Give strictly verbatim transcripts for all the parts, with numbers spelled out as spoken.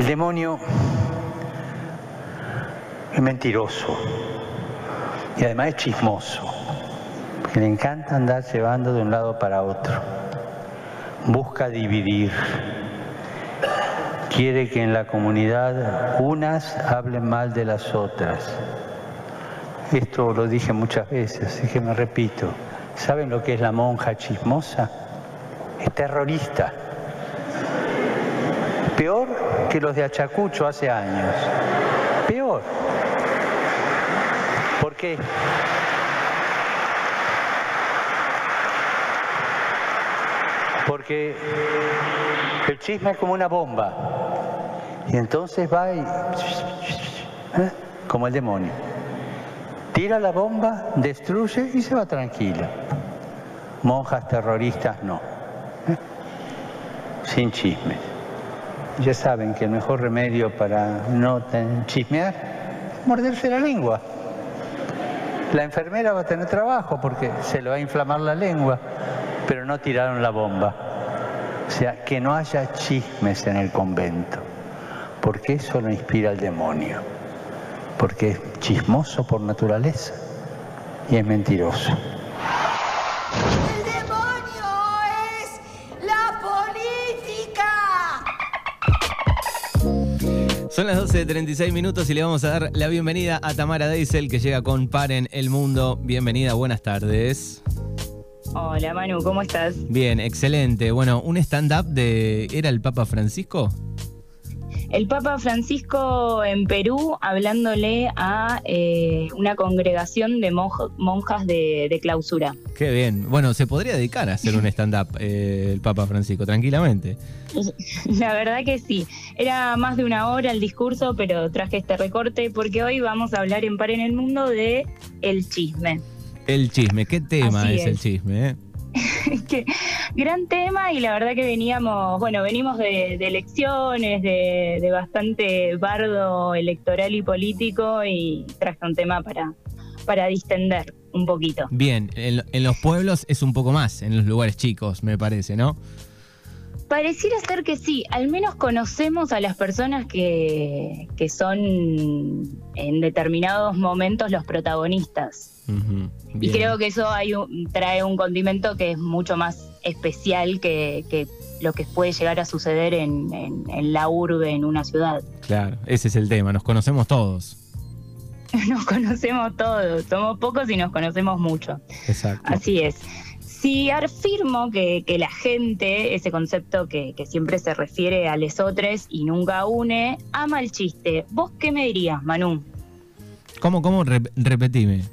El demonio es mentiroso y además es chismoso, porque le encanta andar llevando de un lado para otro. Busca dividir. Quiere que en la comunidad unas hablen mal de las otras. Esto lo dije muchas veces, así que me repito. ¿Saben lo que es la monja chismosa? Es terrorista. Peor que los de Ayacucho hace años. Peor. ¿Por qué? Porque el chisme es como una bomba. Y entonces va y... ¿eh? Como el demonio. Tira la bomba, destruye y se va tranquilo. Monjas terroristas no. ¿eh? Sin chismes. Ya saben que el mejor remedio para no chismear es morderse la lengua. La enfermera va a tener trabajo porque se le va a inflamar la lengua, pero no tiraron la bomba. O sea, que no haya chismes en el convento, porque eso lo inspira el demonio, porque es chismoso por naturaleza y es mentiroso. ¡El demonio es la política! Son las doce de treinta y seis minutos y le vamos a dar la bienvenida a Tamara Deisel, que llega con Paren el Mundo. Bienvenida, buenas tardes. Hola Manu, ¿cómo estás? Bien, excelente. Bueno, un stand-up de... ¿Era el Papa Francisco? El Papa Francisco en Perú hablándole a eh, una congregación de monj- monjas de, de clausura. Qué bien. Bueno, se podría dedicar a hacer un stand-up eh, el Papa Francisco, tranquilamente. La verdad que sí. Era más de una hora el discurso, pero traje este recorte porque hoy vamos a hablar en Paren el Mundo de el chisme. El chisme, ¿qué tema es, es el chisme? ¿eh? Que, gran tema, y la verdad que veníamos, bueno, venimos de, de elecciones, de, de bastante bardo electoral y político, y traje un tema para, para distender un poquito. Bien, en, en los pueblos es un poco más, en los lugares chicos, me parece, ¿no? Pareciera ser que sí, al menos conocemos a las personas que, que son en determinados momentos los protagonistas. Uh-huh. Y creo que eso hay un, trae un condimento que es mucho más especial que, que lo que puede llegar a suceder en, en, en la urbe, en una ciudad. Claro, ese es el tema, nos conocemos todos. Nos conocemos todos, somos pocos y nos conocemos mucho. Exacto. Así es. Si afirmo que, que la gente, ese concepto que, que siempre se refiere a lesotres y nunca une, ama el chiste, ¿vos qué me dirías, Manu? ¿Cómo, cómo? Rep- repetime.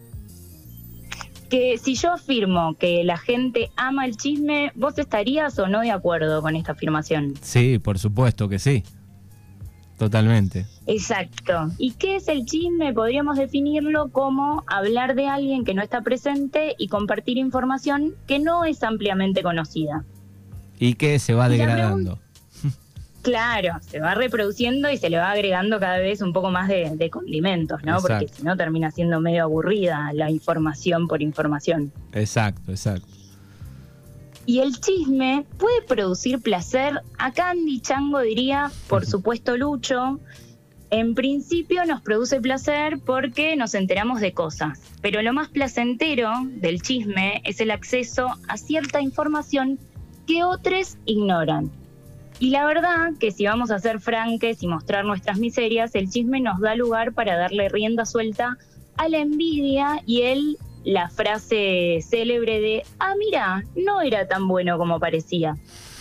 Que si yo afirmo que la gente ama el chisme, ¿vos estarías o no de acuerdo con esta afirmación? Sí, por supuesto que sí. Totalmente. Exacto. ¿Y qué es el chisme? Podríamos definirlo como hablar de alguien que no está presente y compartir información que no es ampliamente conocida. Y que se va degradando. Claro, se va reproduciendo y se le va agregando cada vez un poco más de, de condimentos, ¿no? Exacto. Porque si no termina siendo medio aburrida la información por información. Exacto, exacto. Y el chisme puede producir placer. Acá Andy Chango diría, por supuesto Lucho, en principio nos produce placer porque nos enteramos de cosas. Pero lo más placentero del chisme es el acceso a cierta información que otros ignoran. Y la verdad que si vamos a ser franques y mostrar nuestras miserias, el chisme nos da lugar para darle rienda suelta a la envidia y el... la frase célebre de, ah, mira, no era tan bueno como parecía.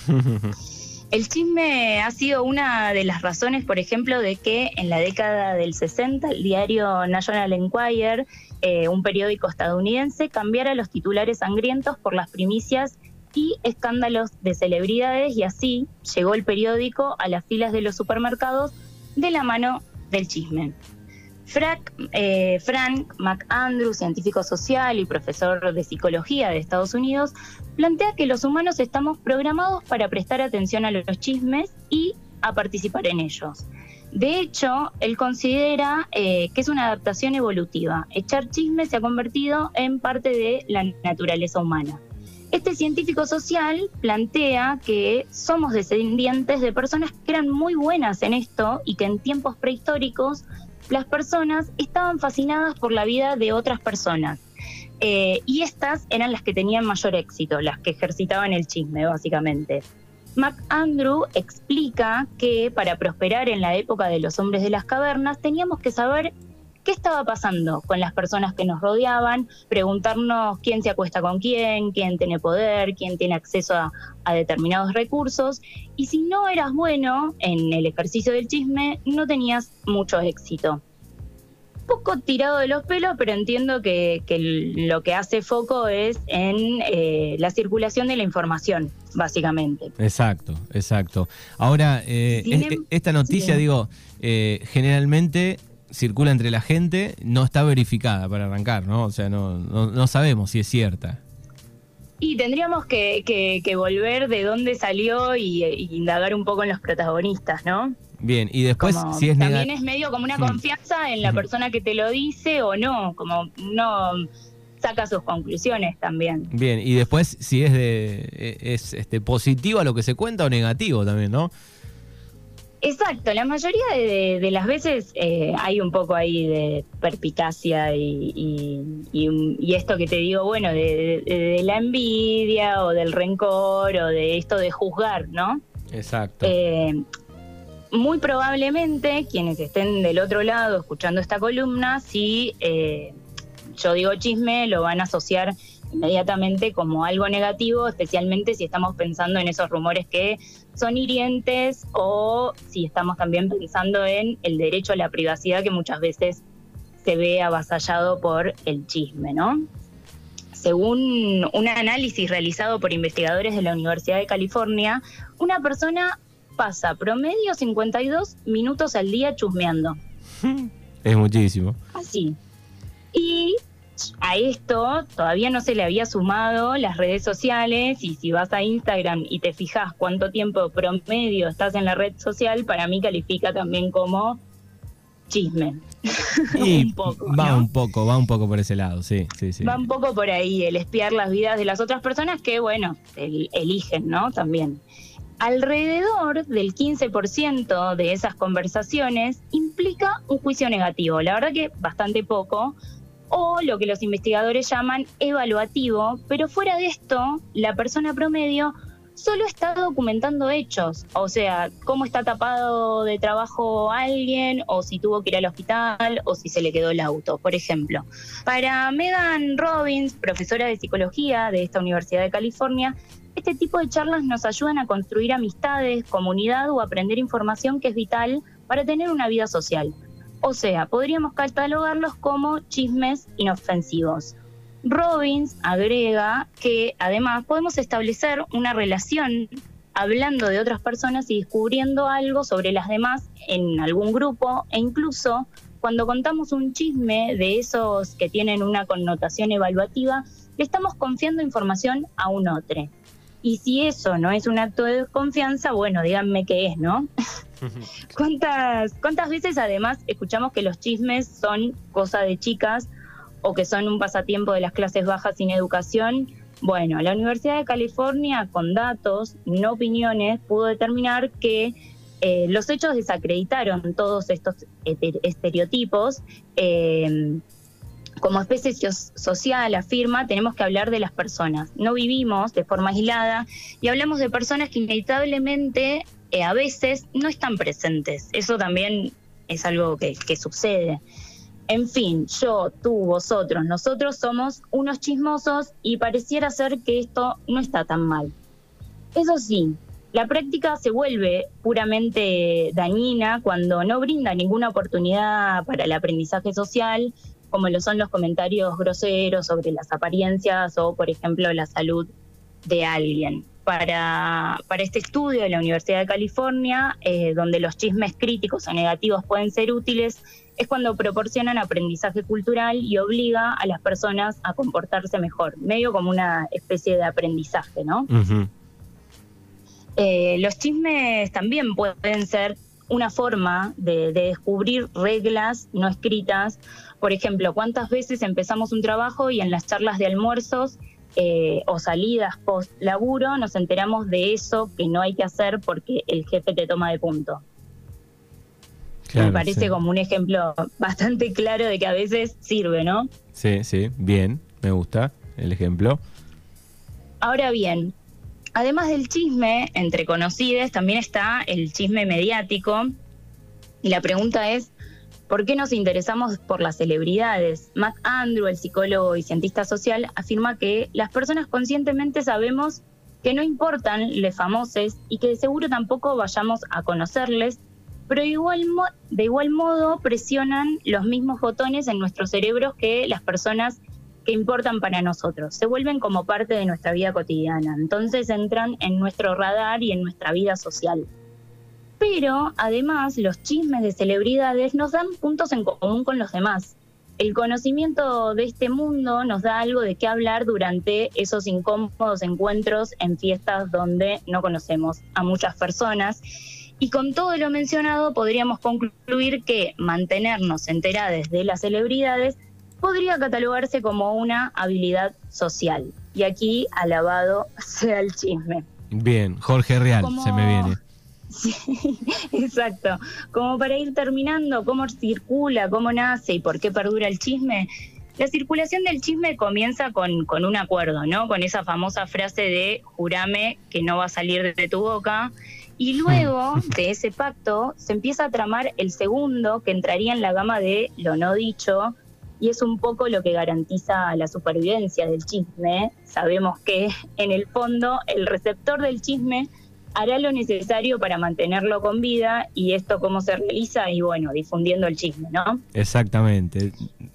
El chisme ha sido una de las razones, por ejemplo, de que en la década del sesenta el diario National Enquirer, eh, un periódico estadounidense, cambiara los titulares sangrientos por las primicias y escándalos de celebridades, y así llegó el periódico a las filas de los supermercados de la mano del chisme. Frank, eh, Frank McAndrew, científico social y profesor de psicología de Estados Unidos, plantea que los humanos estamos programados para prestar atención a los chismes y a participar en ellos. De hecho, él considera eh, que es una adaptación evolutiva. Echar chismes se ha convertido en parte de la naturaleza humana. Este científico social plantea que somos descendientes de personas que eran muy buenas en esto y que en tiempos prehistóricos las personas estaban fascinadas por la vida de otras personas. Eh, y estas eran las que tenían mayor éxito, las que ejercitaban el chisme, básicamente. MacAndrew explica que para prosperar en la época de los hombres de las cavernas teníamos que saber qué estaba pasando con las personas que nos rodeaban, preguntarnos quién se acuesta con quién, quién tiene poder, quién tiene acceso a, a determinados recursos, y si no eras bueno en el ejercicio del chisme, no tenías mucho éxito. Poco tirado de los pelos, pero entiendo que, que lo que hace foco es en eh, la circulación de la información, básicamente. Exacto, exacto. Ahora, eh, Sin es, em- esta noticia, sí. digo, eh, generalmente circula entre la gente, no está verificada para arrancar, ¿no? O sea, no, no, no sabemos si es cierta. Y tendríamos que, que, que volver de dónde salió y, y indagar un poco en los protagonistas, ¿no? Bien, y después, Como, si es también negativo... es medio como una Mm. confianza en la Ujú. persona que te lo dice o no, como uno saca sus conclusiones también. Bien, y después, si es de es este positivo a lo que se cuenta o negativo también, ¿no? Exacto, la mayoría de, de, de las veces eh, hay un poco ahí de perspicacia y, y, y, y esto que te digo, bueno, de, de, de la envidia o del rencor o de esto de juzgar, ¿no? Exacto. Eh, muy probablemente quienes estén del otro lado escuchando esta columna, si eh, yo digo chisme, lo van a asociar inmediatamente como algo negativo, especialmente si estamos pensando en esos rumores que son hirientes o si estamos también pensando en el derecho a la privacidad que muchas veces se ve avasallado por el chisme, ¿no? Según un análisis realizado por investigadores de la Universidad de California, una persona pasa promedio cincuenta y dos minutos al día chusmeando. Es muchísimo. Así. Y a esto todavía no se le había sumado las redes sociales, y si vas a Instagram y te fijas cuánto tiempo promedio estás en la red social, para mí califica también como chisme. Y un poco, va ¿no? un poco, va un poco por ese lado, sí, sí, sí. Va un poco por ahí, el espiar las vidas de las otras personas que, bueno, el, eligen, ¿no? También. Alrededor del quince por ciento de esas conversaciones implica un juicio negativo. La verdad que bastante poco, o lo que los investigadores llaman evaluativo, pero fuera de esto, la persona promedio solo está documentando hechos, o sea, cómo está tapado de trabajo alguien, o si tuvo que ir al hospital, o si se le quedó el auto, por ejemplo. Para Megan Robbins, profesora de psicología de esta Universidad de California, este tipo de charlas nos ayudan a construir amistades, comunidad o aprender información que es vital para tener una vida social. O sea, podríamos catalogarlos como chismes inofensivos. Robbins agrega que además podemos establecer una relación hablando de otras personas y descubriendo algo sobre las demás en algún grupo, e incluso cuando contamos un chisme de esos que tienen una connotación evaluativa, le estamos confiando información a un otro. Y si eso no es un acto de confianza, bueno, díganme qué es, ¿no? ¿Cuántas, cuántas veces además escuchamos que los chismes son cosa de chicas o que son un pasatiempo de las clases bajas sin educación? Bueno, la Universidad de California, con datos, no opiniones, pudo determinar que eh, los hechos desacreditaron todos estos estereotipos. Eh, como especie social, afirma, tenemos que hablar de las personas. No vivimos de forma aislada y hablamos de personas que inevitablemente eh, a veces no están presentes. Eso también es algo que, que sucede. En fin, yo, tú, vosotros, nosotros somos unos chismosos y pareciera ser que esto no está tan mal. Eso sí, la práctica se vuelve puramente dañina cuando no brinda ninguna oportunidad para el aprendizaje social, como lo son los comentarios groseros sobre las apariencias o, por ejemplo, la salud de alguien. Para, para este estudio de la Universidad de California, eh, donde los chismes críticos o negativos pueden ser útiles, es cuando proporcionan aprendizaje cultural y obliga a las personas a comportarse mejor, medio como una especie de aprendizaje, ¿no? Uh-huh. Eh, los chismes también pueden ser una forma de, de descubrir reglas no escritas. Por ejemplo, ¿cuántas veces empezamos un trabajo y en las charlas de almuerzos eh, o salidas post laburo, nos enteramos de eso que no hay que hacer porque el jefe te toma de punto. Claro, me parece sí. como un ejemplo bastante claro de que a veces sirve, ¿no? Sí, sí, bien, me gusta el ejemplo. Ahora bien, además del chisme entre conocidos, también está el chisme mediático. Y la pregunta es, ¿por qué nos interesamos por las celebridades? McAndrew, el psicólogo y cientista social, afirma que las personas conscientemente sabemos que no importan los famosos y que de seguro tampoco vayamos a conocerles, pero igual mo- de igual modo presionan los mismos botones en nuestros cerebros que las personas que importan para nosotros. Se vuelven como parte de nuestra vida cotidiana. Entonces entran en nuestro radar y en nuestra vida social. Pero además los chismes de celebridades nos dan puntos en común con los demás. El conocimiento de este mundo nos da algo de qué hablar durante esos incómodos encuentros en fiestas donde no conocemos a muchas personas. Y con todo lo mencionado podríamos concluir que mantenernos enterados de las celebridades podría catalogarse como una habilidad social. Y aquí, alabado sea el chisme. Bien, Jorge Real, Como... se me viene. Sí, exacto. Como para ir terminando, cómo circula, cómo nace y por qué perdura el chisme. La circulación del chisme comienza con, con un acuerdo, ¿no? Con esa famosa frase de jurame que no va a salir de tu boca. Y luego de ese pacto se empieza a tramar el segundo, que entraría en la gama de lo no dicho, y es un poco lo que garantiza la supervivencia del chisme. Sabemos que en el fondo el receptor del chisme hará lo necesario para mantenerlo con vida, y esto cómo se realiza, y bueno, difundiendo el chisme, ¿no? Exactamente.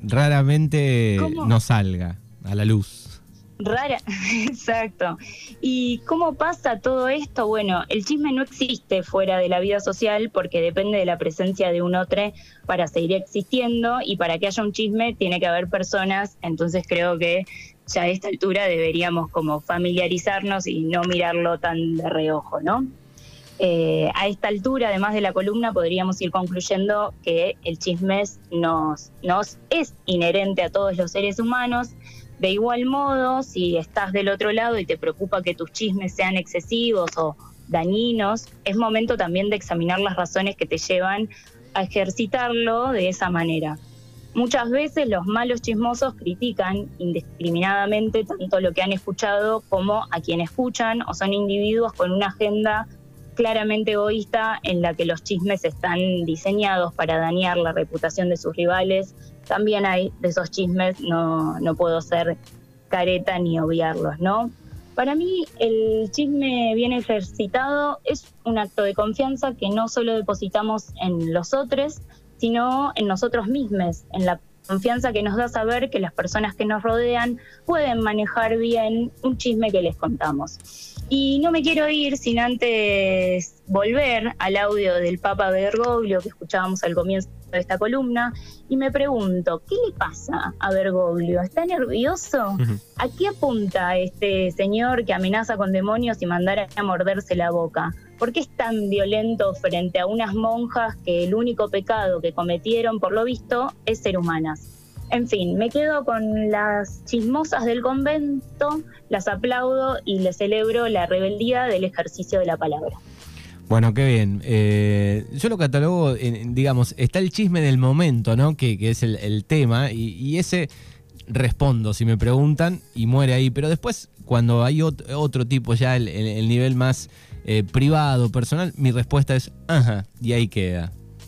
Raramente ¿Cómo? no salga a la luz. Rara, exacto. ¿Y cómo pasa todo esto? Bueno, el chisme no existe fuera de la vida social porque depende de la presencia de un otro para seguir existiendo, y para que haya un chisme tiene que haber personas. Entonces creo que ya a esta altura deberíamos como familiarizarnos y no mirarlo tan de reojo, ¿no? Eh, a esta altura, además de la columna, podríamos ir concluyendo que el chisme nos, nos es inherente a todos los seres humanos. De igual modo, si estás del otro lado y te preocupa que tus chismes sean excesivos o dañinos, es momento también de examinar las razones que te llevan a ejercitarlo de esa manera. Muchas veces los malos chismosos critican indiscriminadamente tanto lo que han escuchado como a quien escuchan, o son individuos con una agenda claramente egoísta en la que los chismes están diseñados para dañar la reputación de sus rivales. También hay de esos chismes, no, no puedo ser careta ni obviarlos, ¿no? Para mí el chisme bien ejercitado es un acto de confianza que no solo depositamos en los otros, sino en nosotros mismos, en la confianza que nos da saber que las personas que nos rodean pueden manejar bien un chisme que les contamos. Y no me quiero ir sin antes volver al audio del Papa Bergoglio que escuchábamos al comienzo de esta columna, y me pregunto, ¿qué le pasa a Bergoglio? ¿Está nervioso? ¿A qué apunta este señor que amenaza con demonios y mandar a morderse la boca? ¿Por qué es tan violento frente a unas monjas que el único pecado que cometieron, por lo visto, es ser humanas? En fin, me quedo con las chismosas del convento, las aplaudo y les celebro la rebeldía del ejercicio de la palabra. Bueno, qué bien. Eh, yo lo catalogo, en, digamos, está el chisme del momento, ¿no? Que, que es el, el tema, y, y ese respondo si me preguntan y muere ahí. Pero después, cuando hay ot- otro tipo, ya el, el, el nivel más eh, privado, personal, mi respuesta es ajá, y ahí queda.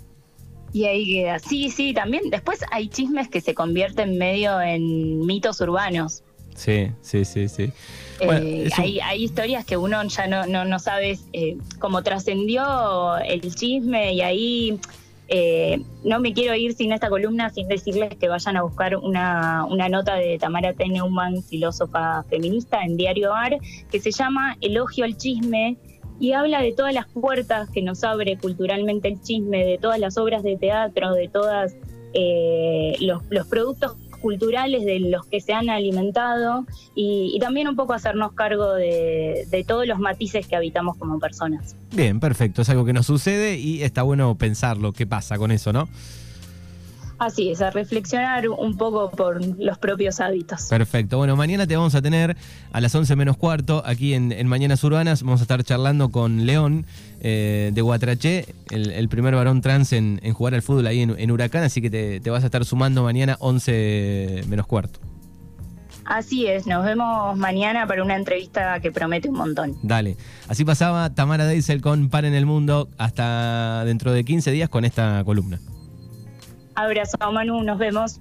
Y ahí queda. Sí, sí, también después hay chismes que se convierten medio en mitos urbanos. Sí, sí, sí, sí. Eh, Bueno, es un- hay, hay historias que uno ya no, no, no sabe eh, cómo trascendió el chisme, y ahí eh, no me quiero ir sin esta columna sin decirles que vayan a buscar una, una nota de Tamara T. Neumann, filósofa feminista, en Diario A R, que se llama Elogio al chisme, y habla de todas las puertas que nos abre culturalmente el chisme, de todas las obras de teatro, de todos eh, los, los productos culturales de los que se han alimentado, y, y también un poco hacernos cargo de, de todos los matices que habitamos como personas. Bien, perfecto. Es algo que nos sucede y está bueno pensarlo. ¿Qué pasa con eso, no? Así es, a reflexionar un poco por los propios hábitos. Perfecto. Bueno, mañana te vamos a tener a las once menos cuarto aquí en, en Mañanas Urbanas. Vamos a estar charlando con León eh, de Guatraché, el, el primer varón trans en, en jugar al fútbol ahí en, en Huracán. Así que te, te vas a estar sumando mañana once menos cuarto. Así es, nos vemos mañana para una entrevista que promete un montón. Dale. Así pasaba Tamara Deisel con Par en el Mundo. Hasta dentro de quince días con esta columna. Abrazo, Manu, nos vemos.